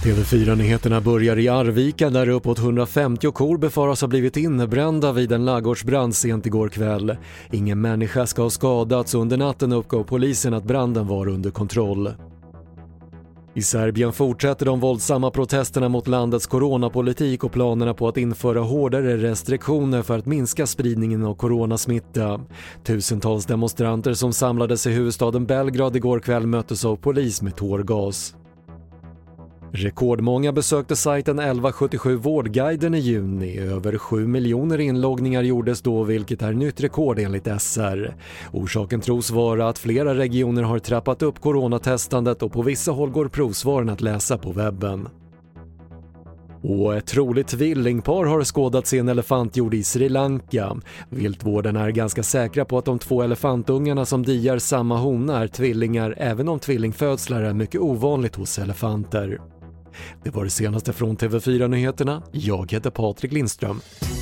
TV4-nyheterna börjar i Arvika där uppåt 150 kor befaras ha blivit innebrända vid en ladugårdsbrand sent igår kväll. Ingen människa ska ha skadats och under natten uppgav polisen att branden var under kontroll. I Serbien fortsätter de våldsamma protesterna mot landets coronapolitik och planerna på att införa hårdare restriktioner för att minska spridningen av coronasmitta. Tusentals demonstranter som samlades i huvudstaden Belgrad igår kväll möttes av polis med tårgas. Rekordmånga besökte sajten 1177 Vårdguiden i juni. Över 7 miljoner inloggningar gjordes då, vilket är nytt rekord enligt SR. Orsaken tros vara att flera regioner har trappat upp coronatestandet och på vissa håll går provsvaren att läsa på webben. Och ett troligt tvillingpar har skådats i en elefantjord i Sri Lanka. Viltvården är ganska säkra på att de 2 elefantungarna som diar samma hona är tvillingar, även om tvillingfödslar är mycket ovanligt hos elefanter. Det var det senaste från TV4-nyheterna. Jag heter Patrik Lindström.